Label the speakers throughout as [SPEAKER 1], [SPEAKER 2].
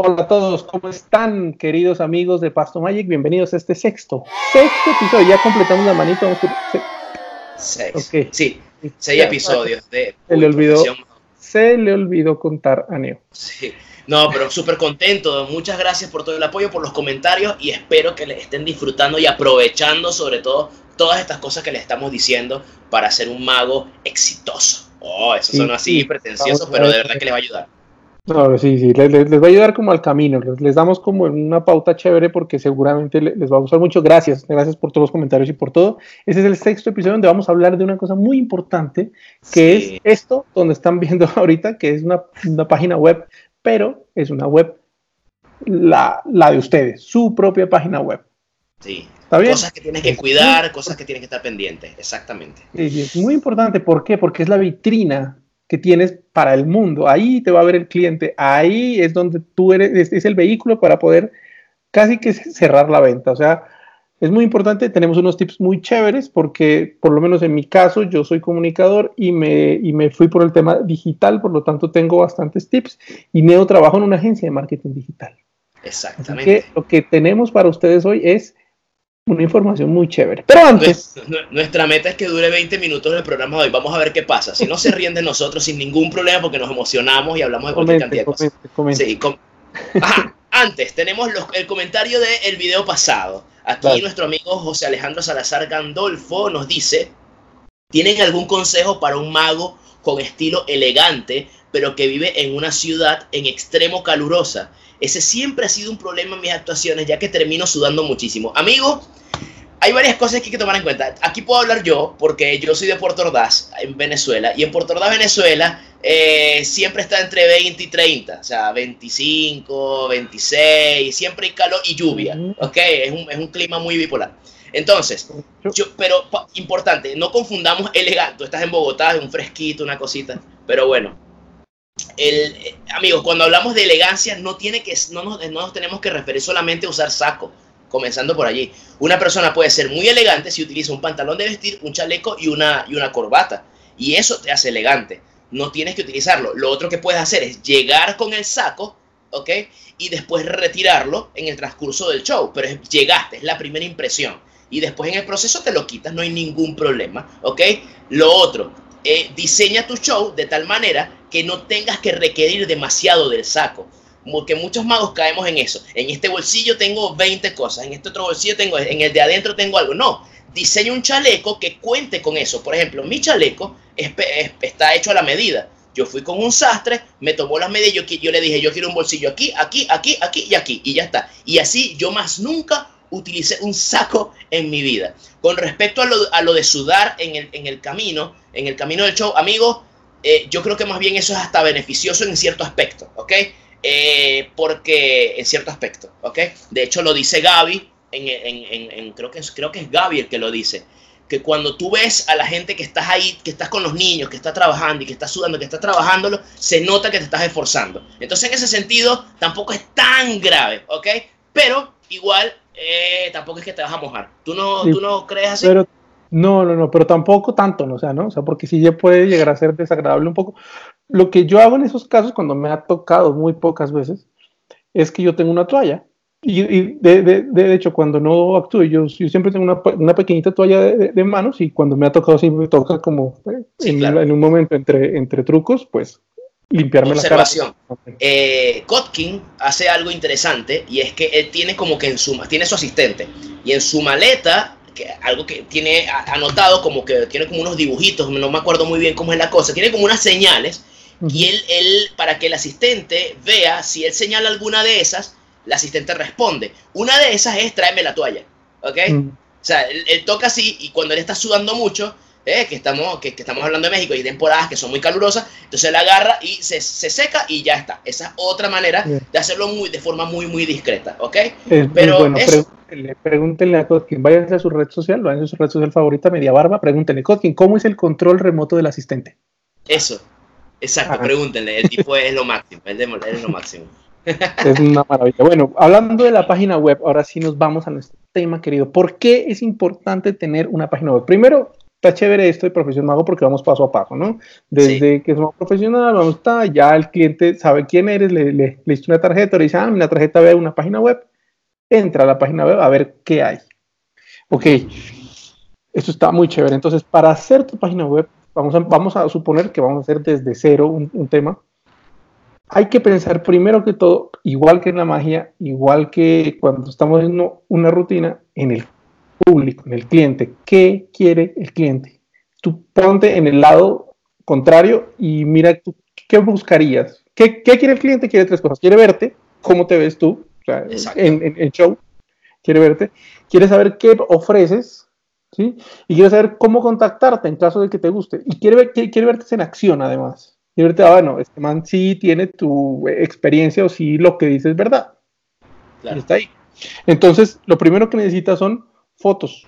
[SPEAKER 1] Hola a todos, ¿cómo están, queridos amigos de Pasto Magic? Bienvenidos a este sexto episodio. Ya completamos la manito.
[SPEAKER 2] Seis.
[SPEAKER 1] Okay.
[SPEAKER 2] Sí, 6 episodios de
[SPEAKER 1] profesión. Se le olvidó contar a Neo.
[SPEAKER 2] Sí. No, pero súper contento. Muchas gracias por todo el apoyo, por los comentarios y espero que les estén disfrutando y aprovechando sobre todo todas estas cosas que les estamos diciendo para ser un mago exitoso. Oh, eso son así pretenciosos, pero de verdad que les va a ayudar.
[SPEAKER 1] No, sí, les va a ayudar como al camino, les damos como una pauta chévere porque seguramente les va a gustar mucho. Gracias por todos los comentarios y por todo. Ese es el sexto episodio donde vamos a hablar de una cosa muy importante, que es esto donde están viendo ahorita, que es una página web, pero es una web, la de ustedes, su propia página web.
[SPEAKER 2] Sí,
[SPEAKER 1] ¿Está bien?
[SPEAKER 2] Cosas que tienes que cuidar, cosas que tienes que estar pendientes, exactamente.
[SPEAKER 1] Sí, es muy importante. ¿Por qué? Porque es la vitrina que tienes para el mundo. Ahí te va a ver el cliente, ahí es donde tú eres, es el vehículo para poder casi que cerrar la venta. O sea, es muy importante. Tenemos unos tips muy chéveres porque, por lo menos en mi caso, yo soy comunicador y me fui por el tema digital, por lo tanto tengo bastantes tips y Neo trabajo en una agencia de marketing digital.
[SPEAKER 2] Exactamente.
[SPEAKER 1] Así que lo que tenemos para ustedes hoy es una información muy chévere. Pero antes...
[SPEAKER 2] Nuestra meta es que dure 20 minutos el programa de hoy. Vamos a ver qué pasa. Si no se ríen de nosotros sin ningún problema porque nos emocionamos y hablamos de cualquier cantidad de cosas. Sí, Ajá. Antes, tenemos el comentario del video pasado. Aquí nuestro amigo José Alejandro Salazar Gandolfo nos dice: ¿tienen algún consejo para un mago con estilo elegante, pero que vive en una ciudad en extremo calurosa? Ese siempre ha sido un problema en mis actuaciones, ya que termino sudando muchísimo. Amigo, hay varias cosas que hay que tomar en cuenta. Aquí puedo hablar yo, porque yo soy de Puerto Ordaz, en Venezuela, y en Puerto Ordaz, Venezuela, siempre está entre 20 y 30, o sea, 25, 26, siempre hay calor y lluvia, ¿ok? Es un clima muy bipolar. Entonces, pero importante, no confundamos elegante. Tú estás en Bogotá, es un fresquito, una cosita, pero bueno. Amigos, cuando hablamos de elegancia, no nos tenemos que referir solamente a usar saco, comenzando por allí. Una persona puede ser muy elegante si utiliza un pantalón de vestir, un chaleco y una corbata, y eso te hace elegante. No tienes que utilizarlo. Lo otro que puedes hacer es llegar con el saco, ¿ok? Y después retirarlo en el transcurso del show, pero llegaste, es la primera impresión, y después en el proceso te lo quitas, no hay ningún problema, ¿ok? Lo otro, diseña tu show de tal manera que no tengas que requerir demasiado del saco, porque muchos magos caemos en eso. En este bolsillo tengo 20 cosas, en este otro bolsillo tengo, en el de adentro tengo algo. No, diseña un chaleco que cuente con eso. Por ejemplo, mi chaleco está hecho a la medida. Yo fui con un sastre, me tomó las medidas, yo le dije, yo quiero un bolsillo aquí, aquí, aquí, aquí y aquí, y ya está. Y así yo más nunca utilicé un saco en mi vida. Con respecto a lo de sudar en el camino del show, amigos, yo creo que más bien eso es hasta beneficioso en cierto aspecto, ¿ok? Porque en cierto aspecto, ¿ok? De hecho lo dice Gaby, creo que es Gaby el que lo dice, que cuando tú ves a la gente que estás ahí, que estás con los niños, que está trabajando y que está sudando, que está trabajándolo, se nota que te estás esforzando. Entonces en ese sentido tampoco es tan grave, ¿ok? Pero igual tampoco es que te vas a mojar. ¿Tú no crees así?
[SPEAKER 1] Pero, no, pero tampoco tanto, ¿no? O sea, ¿no? O sea, porque sí ya puede llegar a ser desagradable un poco. Lo que yo hago en esos casos, cuando me ha tocado muy pocas veces, es que yo tengo una toalla. Y de hecho, cuando no actúo, yo siempre tengo una pequeñita toalla de manos, y cuando me ha tocado, sí me toca como
[SPEAKER 2] claro.
[SPEAKER 1] en un momento entre trucos, pues limpiarme
[SPEAKER 2] Observación.
[SPEAKER 1] la cara.
[SPEAKER 2] Kotkin hace algo interesante, y es que él tiene como que tiene su asistente, y en su maleta, algo que tiene anotado, como que tiene como unos dibujitos, no me acuerdo muy bien cómo es la cosa, tiene como unas señales, y él para que el asistente vea si él señala alguna de esas, el asistente responde. Una de esas es tráeme la toalla, ¿ok? O sea, él toca así, y cuando él está sudando mucho, que estamos hablando de México y hay temporadas que son muy calurosas, entonces él agarra y se seca y ya está. Esa es otra manera de hacerlo de forma muy, muy discreta, ¿ok?
[SPEAKER 1] Pero bueno, pregúntenle a Kotkin, váyanse a su red social favorita, Media Barba, pregúntenle, Kotkin, ¿cómo es el control remoto del asistente?
[SPEAKER 2] Eso, exacto, pregúntenle, el tipo es lo máximo, él es lo máximo.
[SPEAKER 1] Es una maravilla. Bueno, hablando de la página web, ahora sí nos vamos a nuestro tema, querido. ¿Por qué es importante tener una página web? Primero, está chévere esto de Profesión Mago porque vamos paso a paso, ¿no? Desde que somos profesional, vamos a ya el cliente sabe quién eres, le diste una tarjeta, le dice, la tarjeta ve una página web, entra a la página web a ver qué hay. Ok, esto está muy chévere. Entonces, para hacer tu página web, vamos a suponer que vamos a hacer desde cero un tema. Hay que pensar primero que todo, igual que en la magia, igual que cuando estamos haciendo una rutina, en el público, en el cliente. ¿Qué quiere el cliente? Tú ponte en el lado contrario y mira tú, ¿qué buscarías? ¿Qué quiere el cliente? Quiere tres cosas. Quiere verte, cómo te ves tú, o sea, en show, quiere verte, quiere saber qué ofreces, ¿sí? Y quiere saber cómo contactarte en caso de que te guste. Y quiere verte en acción, además. Y ahorita, bueno, este man sí tiene tu experiencia o sí lo que dice es verdad. Claro. Y está ahí. Entonces, lo primero que necesitas son fotos.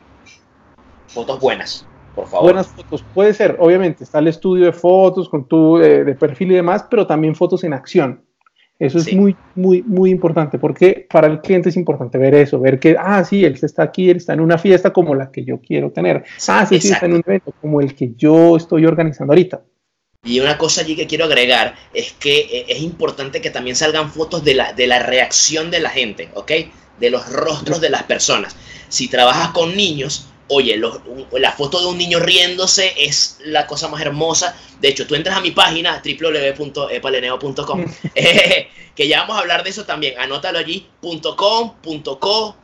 [SPEAKER 2] Fotos buenas, por favor.
[SPEAKER 1] Buenas fotos. Puede ser, obviamente, está el estudio de fotos con tu de perfil y demás, pero también fotos en acción. Eso es muy, muy, muy importante, porque para el cliente es importante ver eso, ver que, sí, él está aquí, él está en una fiesta como la que yo quiero tener. Sí, está en un evento como el que yo estoy organizando ahorita.
[SPEAKER 2] Y una cosa allí que quiero agregar es que es importante que también salgan fotos de la reacción de la gente, ¿ok? De los rostros de las personas. Si trabajas con niños, oye, la foto de un niño riéndose es la cosa más hermosa. De hecho, tú entras a mi página, www.epaleneo.com, que ya vamos a hablar de eso también. Anótalo allí, .com, .co,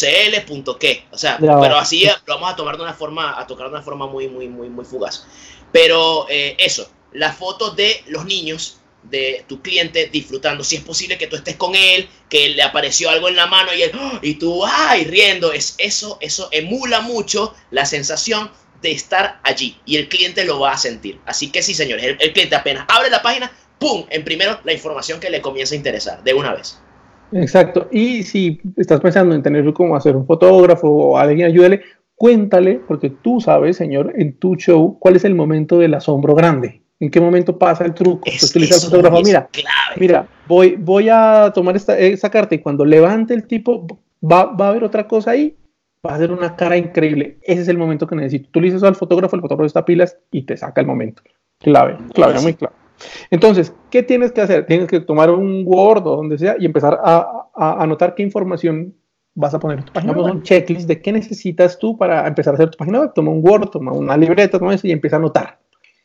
[SPEAKER 2] .cl, .qué. O sea, pero así lo vamos a tocar de una forma muy, muy, muy, muy fugaz. Pero eso. La foto de los niños de tu cliente disfrutando, si es posible que tú estés con él, que le apareció algo en la mano y él, y tú, riendo, eso emula mucho la sensación de estar allí y el cliente lo va a sentir. Así que sí, señores, el cliente apenas abre la página, ¡pum!, en primero la información que le comienza a interesar, de una vez.
[SPEAKER 1] Exacto, y si estás pensando en tener como hacer un fotógrafo o alguien ayúdale, cuéntale, porque tú sabes, señor, en tu show, cuál es el momento del asombro grande. ¿En qué momento pasa el truco? Utiliza el fotógrafo. Mira, voy a tomar esta carta y cuando levante el tipo, va a haber otra cosa ahí, va a ser una cara increíble. Ese es el momento que necesito. Tú le dices al fotógrafo, el fotógrafo está pilas y te saca el momento. Clave, muy clave. Entonces, ¿qué tienes que hacer? Tienes que tomar un Word o donde sea y empezar a anotar qué información vas a poner en tu página web. Un checklist de qué necesitas tú para empezar a hacer tu página web. Toma un Word, toma una libreta, toma eso y empieza a anotar.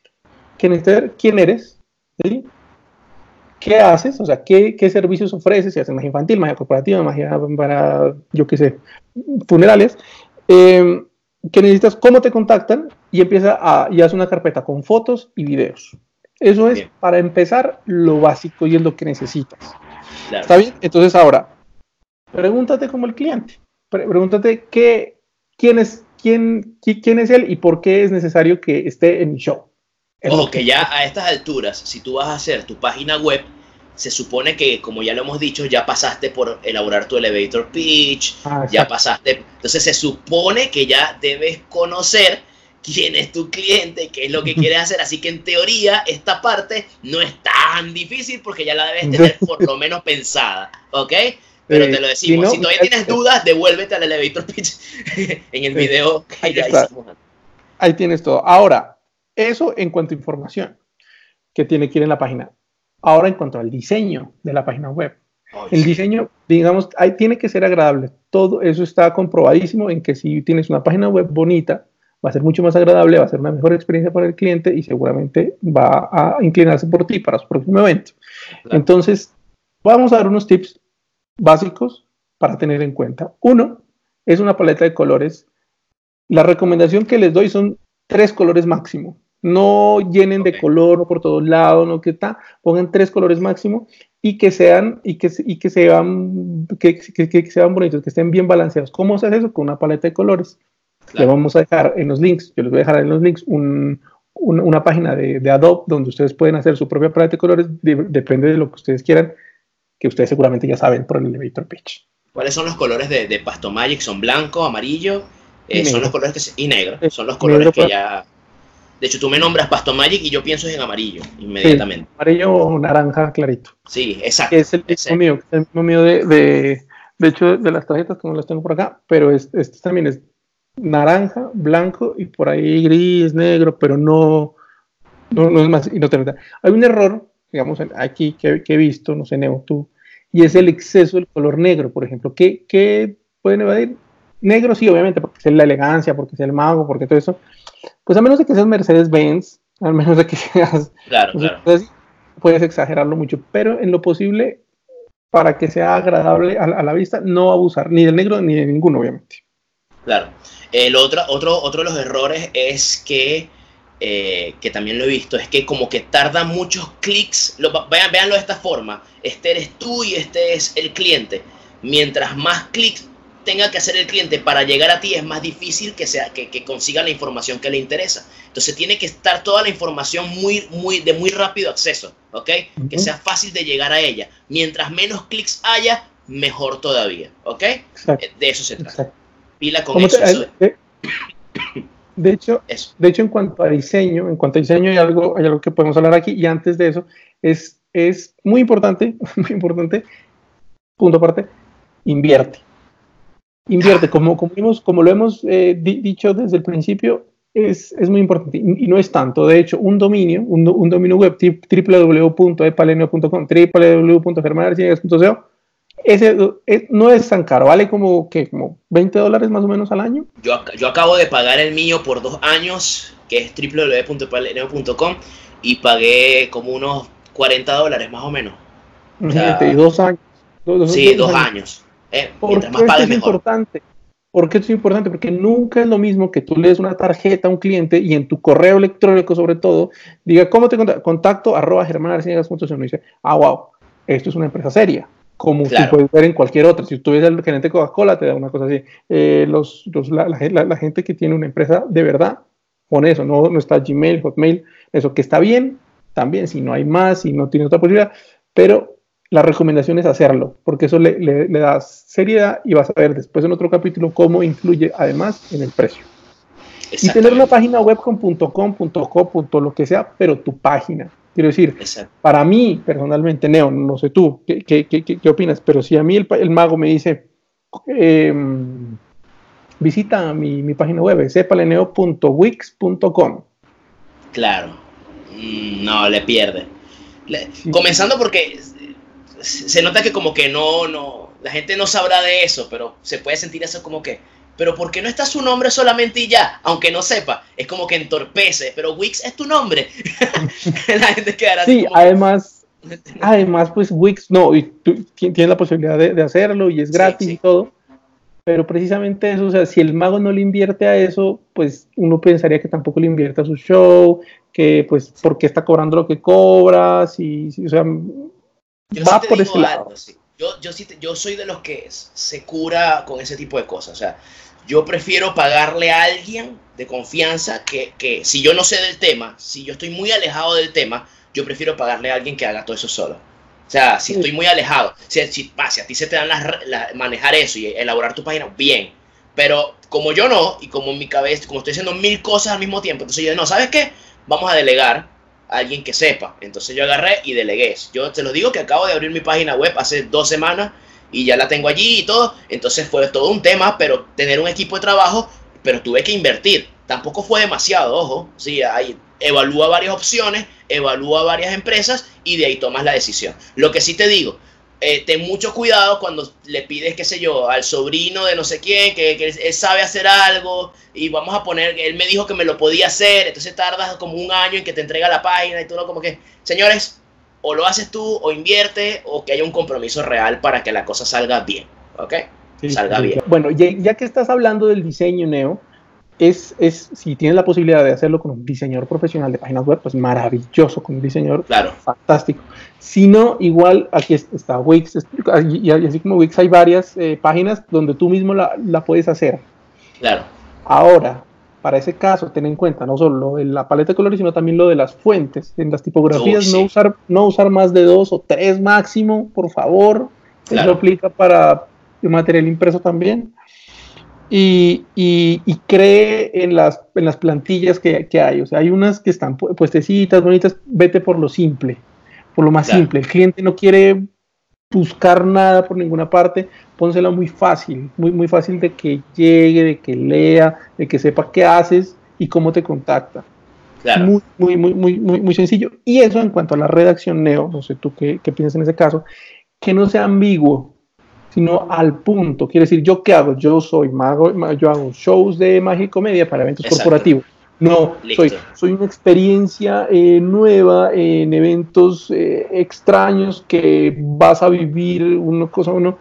[SPEAKER 1] ¿Quién eres? ¿Sí? ¿Qué haces? O sea, ¿qué servicios ofreces? Si haces magia infantil, magia corporativa, magia para, yo qué sé, funerales. ¿Qué necesitas? ¿Cómo te contactan? Y y haz una carpeta con fotos y videos. Eso es, para empezar, lo básico y es lo que necesitas. Claro. ¿Está bien? Entonces, ahora, pregúntate como el cliente. Pregúntate quién es él y por qué es necesario que esté en mi show.
[SPEAKER 2] Ojo, que ya a estas alturas, si tú vas a hacer tu página web, se supone que, como ya lo hemos dicho, ya pasaste por elaborar tu elevator pitch, ya pasaste. Entonces se supone que ya debes conocer quién es tu cliente, qué es lo que quieres hacer. Así que en teoría esta parte no es tan difícil porque ya la debes tener por lo menos pensada, ¿ok? Pero te lo decimos, si todavía tienes dudas, devuélvete al elevator pitch en el video.
[SPEAKER 1] Ahí tienes todo. Ahora, eso en cuanto a información que tiene que ir en la página. Ahora, en cuanto al diseño de la página web. El diseño, digamos, tiene que ser agradable. Todo eso está comprobadísimo en que si tienes una página web bonita, va a ser mucho más agradable, va a ser una mejor experiencia para el cliente y seguramente va a inclinarse por ti para su próximo evento. Claro. Entonces, vamos a dar unos tips básicos para tener en cuenta. Uno, es una paleta de colores. La recomendación que les doy son 3 colores máximo. No llenen de color por todos lados, no que pongan 3 colores máximo y que sean bonitos, que estén bien balanceados. ¿Cómo se hace eso? Con una paleta de colores. Claro. Le vamos a dejar en los links, yo les voy a dejar en los links una página de Adobe donde ustedes pueden hacer su propia paleta de colores, depende de lo que ustedes quieran, que ustedes seguramente ya saben por el elevator pitch.
[SPEAKER 2] ¿Cuáles son los colores de Pastomagic? ¿Son blanco, amarillo? Son los colores y negro. Son los colores que ya... De hecho, tú me nombras Pastomagic y yo pienso en amarillo inmediatamente.
[SPEAKER 1] Sí, amarillo o naranja clarito.
[SPEAKER 2] Sí, exacto.
[SPEAKER 1] Es el mismo mío de hecho, de las tarjetas que no las tengo por acá, pero este también es naranja, blanco y por ahí gris, negro, pero no es más, y no te meta. Hay un error, digamos, aquí que he visto, no sé, Neo, tú, y es el exceso del color negro, por ejemplo. ¿Qué pueden evadir? Negro sí, obviamente, porque es la elegancia, porque es el mago, porque todo eso. Pues a menos de que seas Mercedes-Benz, a menos de que seas,
[SPEAKER 2] Claro,
[SPEAKER 1] no sé,
[SPEAKER 2] claro.
[SPEAKER 1] pues, puedes exagerarlo mucho, pero en lo posible, para que sea agradable a la vista, no abusar ni del negro ni de ninguno, obviamente.
[SPEAKER 2] Claro. Otro de los errores es que también lo he visto, es que como que tarda muchos clics. Véanlo de esta forma. Este eres tú y este es el cliente. Mientras más clics tenga que hacer el cliente para llegar a ti, es más difícil que consiga la información que le interesa. Entonces tiene que estar toda la información de muy rápido acceso, ¿ok? Que sea fácil de llegar a ella. Mientras menos clics haya, mejor todavía, ¿ok?
[SPEAKER 1] Exacto,
[SPEAKER 2] De eso se trata.
[SPEAKER 1] exacto.
[SPEAKER 2] Pila con eso.
[SPEAKER 1] De hecho, en cuanto a diseño, hay algo que podemos hablar aquí, y antes de eso, es muy importante, muy importante, punto aparte, invierte. Invierte, como lo hemos dicho desde el principio, es muy importante, y no es tanto. De hecho, un dominio web, www.epaleneo.com, www.germanarciniegas.co, ese no es tan caro, vale como $20 más o menos al año.
[SPEAKER 2] Yo acabo de pagar el mío por 2 años, que es www.epaleneo.com, y pagué como unos $40 más o menos. O
[SPEAKER 1] Imagínate, y
[SPEAKER 2] sea,
[SPEAKER 1] 2 años.
[SPEAKER 2] sí, 2 años.
[SPEAKER 1] ¿Por
[SPEAKER 2] Mientras
[SPEAKER 1] qué
[SPEAKER 2] más
[SPEAKER 1] esto
[SPEAKER 2] pagues,
[SPEAKER 1] es
[SPEAKER 2] mejor.
[SPEAKER 1] importante? ¿Por qué esto es importante? Porque nunca es lo mismo que tú le des una tarjeta a un cliente y en tu correo electrónico, sobre todo, diga, ¿cómo te contacto? @germanarciniegas.com. Y dice, wow, esto es una empresa seria, como tú
[SPEAKER 2] Claro.
[SPEAKER 1] puedes ver en cualquier otra. Si tú ves al gerente de Coca-Cola, te da una cosa así. La gente que tiene una empresa de verdad, con eso, no está Gmail, Hotmail, eso que está bien, también, si no hay más, si no tiene otra posibilidad, pero la recomendación es hacerlo, porque eso le da seriedad, y vas a ver después en otro capítulo cómo influye además en el precio. Y tener una
[SPEAKER 2] Exactamente.
[SPEAKER 1] página web con .com, .co, lo que sea, pero tu página. Quiero decir,
[SPEAKER 2] Exacto.
[SPEAKER 1] para mí personalmente, Neo, no sé tú, ¿qué opinas? Pero si a mí el mago me dice, visita mi página web, sepaleneo.wix.com.
[SPEAKER 2] Claro. No, le pierde.
[SPEAKER 1] Sí,
[SPEAKER 2] Comenzando porque se nota que como que la gente no sabrá de eso, pero se puede sentir eso como que, pero ¿por qué no está su nombre solamente y ya? Aunque no sepa, es como que entorpece, pero Wix es tu nombre. La gente quedará así
[SPEAKER 1] sí,
[SPEAKER 2] como que...
[SPEAKER 1] además, pues Wix, no, y tú tienes la posibilidad de hacerlo y es
[SPEAKER 2] Sí,
[SPEAKER 1] gratis y
[SPEAKER 2] sí.
[SPEAKER 1] todo. Pero precisamente eso, o sea, si el mago no le invierte a eso, pues uno pensaría que tampoco le invierte a su show, que pues, ¿por qué está cobrando lo que cobra? O sea,
[SPEAKER 2] Yo sí
[SPEAKER 1] va
[SPEAKER 2] te
[SPEAKER 1] por
[SPEAKER 2] digo
[SPEAKER 1] ese lado.
[SPEAKER 2] algo, sí. Yo soy de los que se cura con ese tipo de cosas. O sea, yo prefiero pagarle a alguien de confianza que si yo no sé del tema, si yo estoy muy alejado del tema, yo prefiero pagarle a alguien que haga todo eso solo. O sea, si estoy muy alejado, si a ti se te dan manejar eso y elaborar tu página, bien. Pero como yo no, y como en mi cabeza, como estoy haciendo 1000 cosas al mismo tiempo, entonces yo no, ¿sabes qué? Vamos a delegar a alguien que sepa. Entonces yo agarré y delegué. Yo te lo digo que acabo de abrir mi página web hace 2 semanas y ya la tengo allí y todo. Entonces fue todo un tema, pero tener un equipo de trabajo, pero tuve que invertir. Tampoco fue demasiado, ojo. Sí, evalúa varias opciones, evalúa varias empresas y de ahí tomas la decisión. Lo que sí te digo, ten mucho cuidado cuando le pides, qué sé yo, al sobrino de no sé quién, que él sabe hacer algo y vamos a poner, él me dijo que me lo podía hacer, entonces tardas como un año en que te entrega la página y todo como que, señores, o lo haces tú o invierte o que haya un compromiso real para que la cosa salga bien, ¿ok?
[SPEAKER 1] Sí,
[SPEAKER 2] Salga bien.
[SPEAKER 1] bueno, ya que estás hablando del diseño, Neo, si tienes la posibilidad de hacerlo con un diseñador profesional de páginas web, pues maravilloso, con un diseñador
[SPEAKER 2] Claro.
[SPEAKER 1] fantástico. Si no, igual aquí está Wix, y así como Wix hay varias páginas donde tú mismo la puedes hacer.
[SPEAKER 2] Claro.
[SPEAKER 1] Ahora, para ese caso, ten en cuenta no solo lo de la paleta de colores, sino también lo de las fuentes. En las tipografías,
[SPEAKER 2] Sí.
[SPEAKER 1] no usar más de 2 o 3 máximo, por favor. Eso
[SPEAKER 2] Claro.
[SPEAKER 1] aplica para el material impreso también. Y cree en las plantillas que hay. O sea, hay unas que están puestecitas, bonitas. Vete por lo simple, por lo más
[SPEAKER 2] Claro.
[SPEAKER 1] simple. El cliente no quiere buscar nada por ninguna parte, pónsela muy fácil, muy fácil de que llegue, de que lea, de que sepa qué haces y cómo te contacta.
[SPEAKER 2] Claro.
[SPEAKER 1] Muy sencillo. Y eso en cuanto a la redacción neo, no sé tú qué piensas en ese caso, que no sea ambiguo, sino al punto. Quiere decir, ¿yo qué hago? Yo soy mago, yo hago shows de magia y comedia para eventos corporativos. No, soy una experiencia nueva en eventos extraños que vas a vivir una cosa que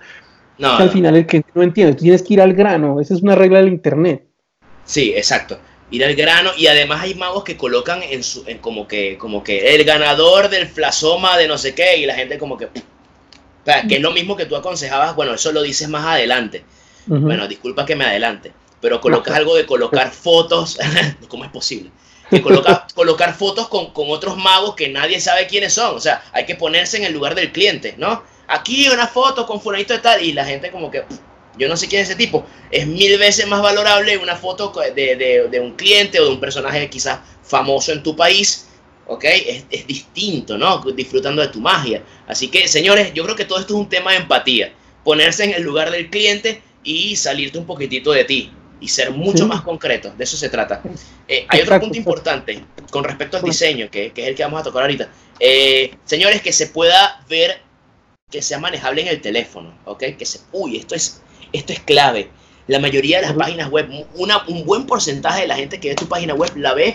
[SPEAKER 1] al final el cliente no entiende. Tú tienes que ir al grano. Esa es una regla del internet.
[SPEAKER 2] Sí, exacto. Ir al grano, y además hay magos que colocan en como que el ganador del flasoma de no sé qué, y la gente como que... O sea, que es lo mismo que tú aconsejabas, bueno, eso lo dices más adelante. Bueno, disculpa que me adelante, pero colocas algo de colocar fotos, ¿cómo es posible? Que colocar fotos con otros magos que nadie sabe quiénes son, o sea, hay que ponerse en el lugar del cliente, ¿no? Aquí una foto con fulanito de tal, y la gente como que, yo no sé quién es ese tipo, es 1000 veces más valorable una foto de un cliente o de un personaje quizás famoso en tu país, ¿ok? Es distinto, ¿no? Disfrutando de tu magia. Así que, señores, yo creo que todo esto es un tema de empatía, ponerse en el lugar del cliente y salirte un poquitito de ti y ser mucho más concreto, de eso se trata. Hay otro punto importante con respecto al diseño, que es el que vamos a tocar ahorita. Señores, que se pueda ver, que sea manejable en el teléfono, ¿ok? Esto es clave. La mayoría de las páginas web, un buen porcentaje de la gente que ve tu página web la ve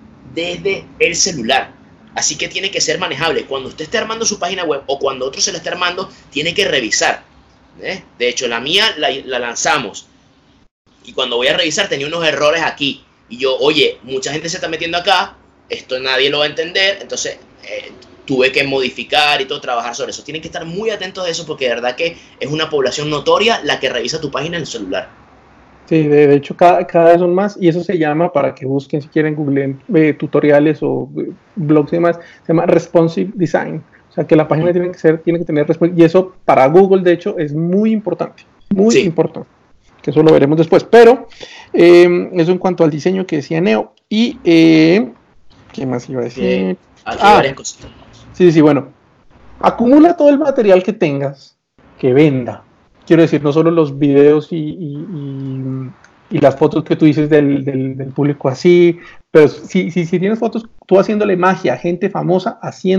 [SPEAKER 2] desde el celular. Así que tiene que ser manejable. Cuando usted esté armando su página web o cuando otro se la esté armando, tiene que revisar. De hecho, la mía la lanzamos y cuando voy a revisar tenía unos errores aquí. Y yo, oye, mucha gente se está metiendo acá, esto nadie lo va a entender, entonces tuve que modificar y todo, trabajar sobre eso. Tienen que estar muy atentos a eso porque de verdad que es una población notoria la que revisa tu página en el celular.
[SPEAKER 1] Sí, de hecho cada vez son más, y eso se llama, para que busquen si quieren googleen tutoriales o blogs y demás, se llama responsive design. O sea, que la página tiene que tener responsive, y eso para Google de hecho es muy importante, importante, que eso lo veremos después. Pero eso en cuanto al diseño que decía Neo. Y ¿qué más iba a decir? Sí, bueno, acumula todo el material que tengas que venda. Quiero decir, no solo los videos y las fotos que tú dices del público así, pero si tienes fotos, tú haciéndole magia a gente famosa,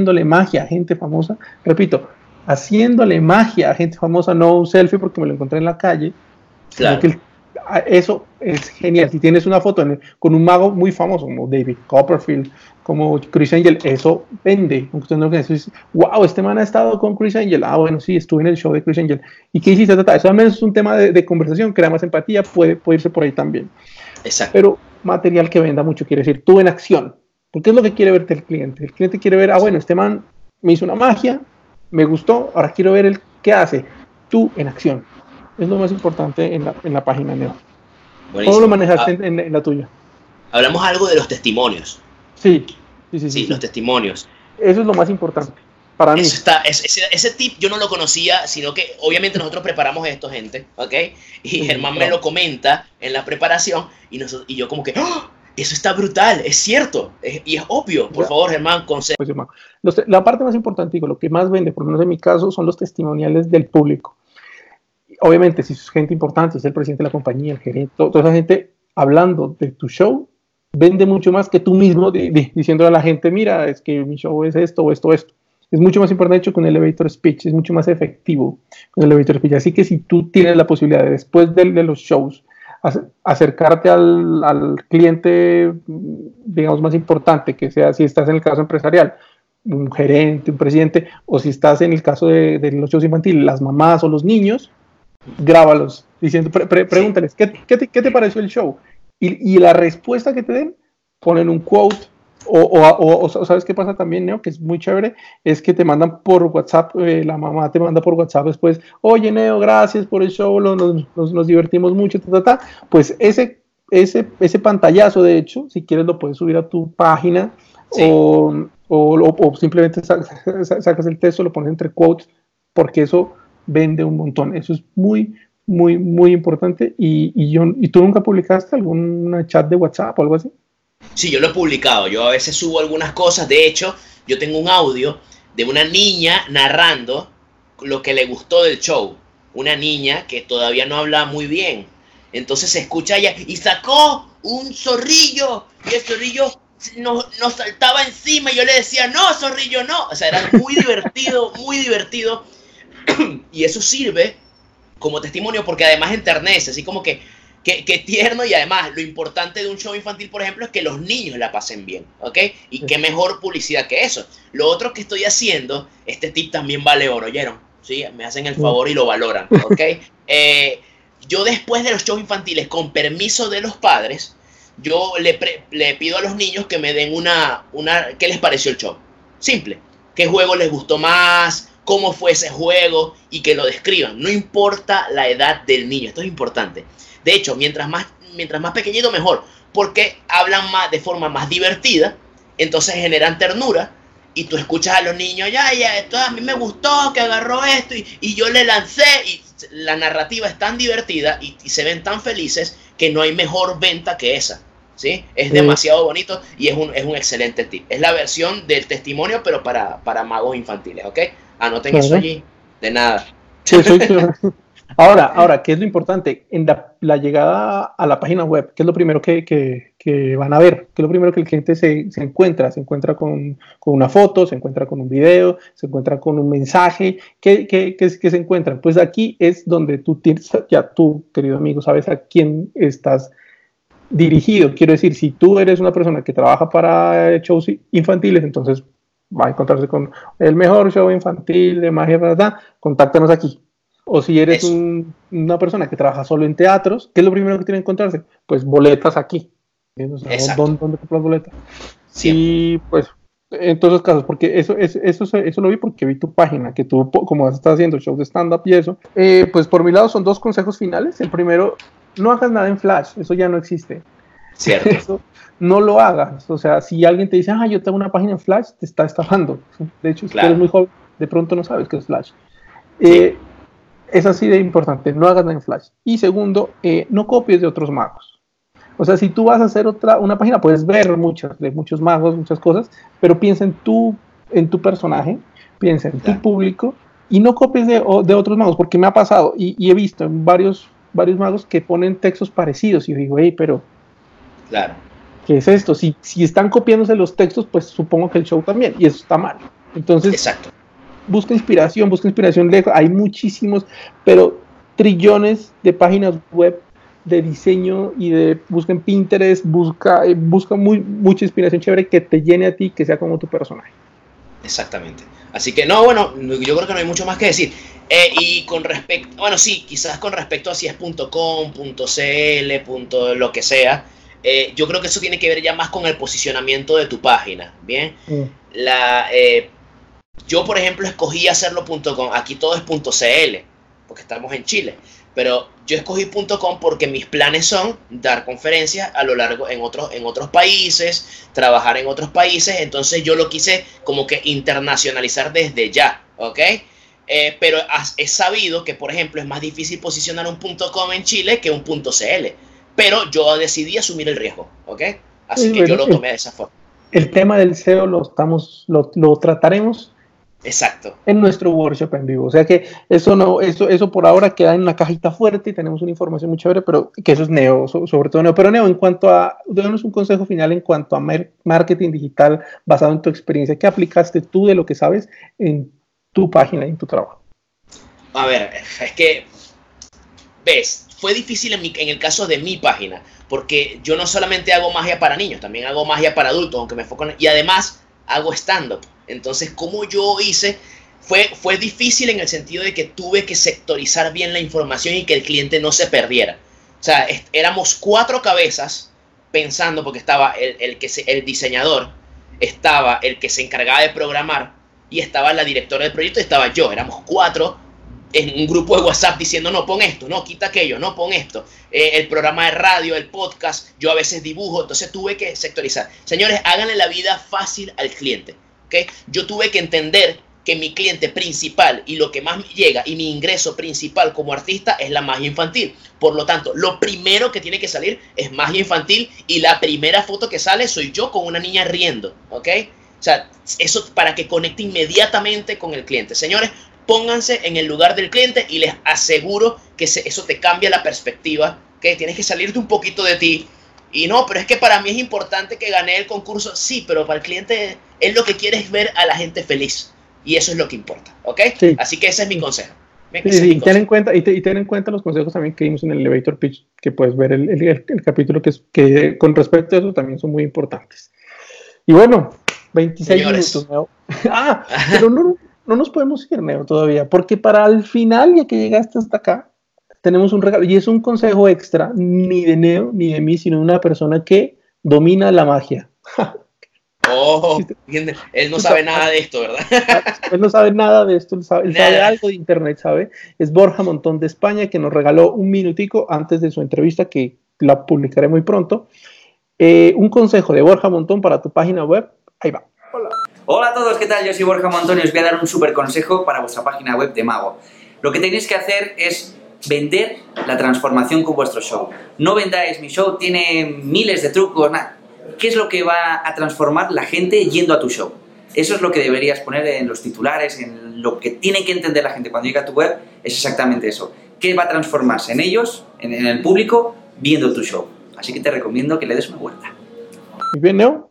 [SPEAKER 1] repito, haciéndole magia a gente famosa, no un selfie porque me lo encontré en la calle,
[SPEAKER 2] claro.
[SPEAKER 1] Sino que eso es genial. Si tienes una foto con un mago muy famoso como David Copperfield, como Chris Angel, eso vende. Usted no dice, wow, este man ha estado con Chris Angel. Ah, bueno, sí, estuve en el show de Chris Angel. ¿Y qué hiciste? Eso al menos es un tema de conversación, crea más empatía, puede irse por ahí también.
[SPEAKER 2] Exacto.
[SPEAKER 1] Pero material que venda mucho, quiere decir, tú en acción. Porque es lo que quiere verte el cliente. El cliente quiere ver, bueno, este man me hizo una magia, me gustó, ahora quiero ver qué hace. Tú en acción. Es lo más importante en la página Neo. ¿Cómo lo manejaste en la tuya?
[SPEAKER 2] Hablamos algo de los testimonios.
[SPEAKER 1] Sí,
[SPEAKER 2] los testimonios.
[SPEAKER 1] Eso es lo más importante para mí.
[SPEAKER 2] Ese tip yo no lo conocía, sino que obviamente nosotros preparamos esto, gente, ¿ok? Y Germán me lo comenta en la preparación y yo como que, ¡oh! Eso está brutal, es cierto, y es obvio. Por favor, Germán, consejo.
[SPEAKER 1] Pues, la parte más importante, digo, lo que más vende, por lo menos en mi caso, son los testimoniales del público. Obviamente, si es gente importante, si es el presidente de la compañía, el gerente, toda esa gente hablando de tu show, vende mucho más que tú mismo diciéndole a la gente, mira, es que mi show es esto o esto. Es mucho más importante, de hecho, con el elevator speech, es mucho más efectivo con el elevator speech. Así que si tú tienes la posibilidad de, después de los shows, acercarte al cliente, digamos, más importante, que sea si estás en el caso empresarial, un gerente, un presidente, o si estás en el caso de los shows infantiles, las mamás o los niños, grábalos, diciendo, pregúntales, ¿qué te pareció el show? Y la respuesta que te den, ponen un quote, o ¿sabes qué pasa también, Neo? Que es muy chévere, es que te mandan por WhatsApp, la mamá te manda por WhatsApp después, oye, Neo, gracias por el show, nos divertimos mucho, pues ese pantallazo, de hecho, si quieres lo puedes subir a tu página, o simplemente sacas el texto, lo pones entre quotes, porque eso vende un montón. Eso es muy, muy, muy importante. ¿Y tú nunca publicaste algún chat de WhatsApp o algo así?
[SPEAKER 2] Sí, yo lo he publicado. Yo a veces subo algunas cosas. De hecho, yo tengo un audio de una niña narrando lo que le gustó del show. Una niña que todavía no hablaba muy bien. Entonces se escucha ella y sacó un zorrillo y el zorrillo nos saltaba encima y yo le decía, no, zorrillo, no. O sea, era muy divertido, muy divertido. Y eso sirve como testimonio porque además enternece, así como que tierno, y además lo importante de un show infantil, por ejemplo, es que los niños la pasen bien, ¿ok? Y qué mejor publicidad que eso. Lo otro que estoy haciendo, este tip también vale oro, ¿oyeron? ¿Sí? Me hacen el favor y lo valoran, ¿ok? Yo después de los shows infantiles, con permiso de los padres, yo le pido a los niños que me den ¿qué les pareció el show? Simple. ¿Qué juego les gustó más? ¿Cómo fue ese juego? Y que lo describan. No importa la edad del niño, esto es importante. De hecho, mientras más pequeñito, mejor, porque hablan de forma más divertida, entonces generan ternura, y tú escuchas a los niños, ya, esto a mí me gustó, que agarró esto, y yo le lancé, y la narrativa es tan divertida, y se ven tan felices, que no hay mejor venta que esa, ¿sí? Es demasiado bonito, y es un excelente tip. Es la versión del testimonio, pero para magos infantiles, ¿ok? Anoten eso allí, de nada.
[SPEAKER 1] Sí, soy claro. Ahora, ¿qué es lo importante? En la llegada a la página web, ¿qué es lo primero que van a ver? ¿Qué es lo primero que el cliente se encuentra? Se encuentra con una foto, se encuentra con un video, se encuentra con un mensaje. ¿Qué se encuentran? Pues aquí es donde tú tienes, ya tú, querido amigo, sabes a quién estás dirigido. Quiero decir, si tú eres una persona que trabaja para shows infantiles, entonces va a encontrarse con el mejor show infantil de magia, ¿verdad? Contáctanos aquí. O si eres una persona que trabaja solo en teatros, ¿qué es lo primero que tiene que encontrarse? Pues boletas aquí. O sea, ¿dónde compras boletas? Sí, pues en todos los casos, porque eso lo vi porque vi tu página, que tú, como estás haciendo shows de stand-up y eso, pues por mi lado son 2 consejos finales. El primero, no hagas nada en Flash, eso ya no existe.
[SPEAKER 2] Cierto.
[SPEAKER 1] Eso, no lo hagas. O sea, si alguien te dice, yo tengo una página en Flash, te está estafando. De hecho, si eres muy joven, de pronto no sabes qué es Flash. Sí. Es así de importante, no hagas nada en Flash. Y segundo, no copies de otros magos. O sea, si tú vas a hacer una página, puedes ver de muchos magos, muchas cosas, pero piensa en tu personaje, piensa en tu público, y no copies de otros magos, porque me ha pasado, y he visto en varios magos que ponen textos parecidos, y yo digo, pero
[SPEAKER 2] claro,
[SPEAKER 1] ¿qué es esto? Si están copiándose los textos, pues supongo que el show también, y eso está mal. Entonces,
[SPEAKER 2] exacto.
[SPEAKER 1] Busca inspiración lejos. Hay muchísimos, pero trillones de páginas web de diseño busca en Pinterest, busca mucha inspiración chévere que te llene a ti, que sea como tu personaje.
[SPEAKER 2] Exactamente. Así que no, bueno, yo creo que no hay mucho más que decir. Y con respecto, bueno, sí, quizás con respecto a si es .com, .cl, lo que sea, yo creo que eso tiene que ver ya más con el posicionamiento de tu página, ¿bien? Yo, por ejemplo, escogí hacerlo .com. Aquí todo es .cl, porque estamos en Chile. Pero yo escogí .com porque mis planes son dar conferencias a lo largo en otros países, trabajar en otros países. Entonces yo lo quise como que internacionalizar desde ya, ¿ok? Pero es sabido que, por ejemplo, es más difícil posicionar un .com en Chile que un .cl. Pero yo decidí asumir el riesgo, ¿ok? Así que yo lo tomé de esa forma.
[SPEAKER 1] El tema del SEO lo trataremos.
[SPEAKER 2] Exacto.
[SPEAKER 1] En nuestro workshop en vivo. O sea que eso por ahora queda en una cajita fuerte y tenemos una información muy chévere, pero que eso es Neo, sobre todo Neo. Pero Neo, en cuanto a, déjanos un consejo final en cuanto a marketing digital basado en tu experiencia. ¿Qué aplicaste tú de lo que sabes en tu página y en tu trabajo?
[SPEAKER 2] A ver, es que, ves, fue difícil en el caso de mi página, porque yo no solamente hago magia para niños, también hago magia para adultos, aunque me enfoco y además hago stand-up. Entonces, como yo hice, fue difícil en el sentido de que tuve que sectorizar bien la información y que el cliente no se perdiera. O sea, éramos 4 cabezas pensando, porque estaba el diseñador, estaba el que se encargaba de programar y estaba la directora del proyecto y estaba yo. Éramos 4 en un grupo de WhatsApp diciendo, no, pon esto, no, quita aquello, no, pon esto. El programa de radio, el podcast, yo a veces dibujo, entonces tuve que sectorizar. Señores, háganle la vida fácil al cliente. ¿Okay? Yo tuve que entender que mi cliente principal y lo que más me llega y mi ingreso principal como artista es la magia infantil. Por lo tanto, lo primero que tiene que salir es magia infantil y la primera foto que sale soy yo con una niña riendo. ¿Ok? O sea, eso para que conecte inmediatamente con el cliente. Señores, pónganse en el lugar del cliente y les aseguro que eso te cambia la perspectiva, que tienes que salirte un poquito de ti. Y no, pero es que para mí es importante que gane el concurso. Sí, pero para el cliente él lo que quiere es ver a la gente feliz. Y eso es lo que importa, ¿ok? Sí. Así que ese es mi consejo.
[SPEAKER 1] Y ten en cuenta los consejos también que dimos en el Elevator Pitch, que puedes ver el capítulo que con respecto a eso también son muy importantes. Y bueno, 26 minutos, Neo. Pero no nos podemos ir, Neo, todavía, porque para el final, ya que llegaste hasta acá, tenemos un regalo, y es un consejo extra, ni de Neo, ni de mí, sino de una persona que domina la magia.
[SPEAKER 2] Oh, él no sabe nada de esto, ¿verdad?
[SPEAKER 1] Él no sabe nada de esto, él sabe algo de internet, ¿sabe? Es Borja Montón de España, que nos regaló un minutico antes de su entrevista, que la publicaré muy pronto. Un consejo de Borja Montón para tu página web. Ahí va.
[SPEAKER 3] Hola a todos, ¿qué tal? Yo soy Borja Montón y os voy a dar un súper consejo para vuestra página web de Mago. Lo que tenéis que hacer es vender la transformación con vuestro show. No vendáis, mi show tiene miles de trucos, nada. ¿Qué es lo que va a transformar la gente yendo a tu show? Eso es lo que deberías poner en los titulares, en lo que tiene que entender la gente cuando llega a tu web, es exactamente eso. ¿Qué va a transformarse en ellos, en el público, viendo tu show? Así que te recomiendo que le des una vuelta.
[SPEAKER 1] Muy bien, Neo.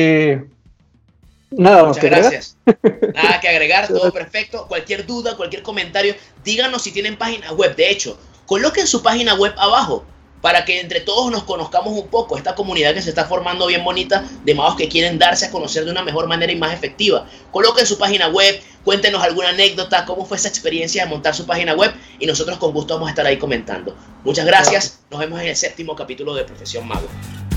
[SPEAKER 2] Muchas gracias. Nada que agregar, todo perfecto. Cualquier duda, cualquier comentario, díganos si tienen página web. De hecho, coloquen su página web abajo para que entre todos nos conozcamos un poco. Esta comunidad que se está formando bien bonita de magos que quieren darse a conocer de una mejor manera y más efectiva. Coloquen su página web, cuéntenos alguna anécdota, cómo fue esa experiencia de montar su página web y nosotros con gusto vamos a estar ahí comentando. Muchas gracias. Nos vemos en el 7º capítulo de Profesión Mago.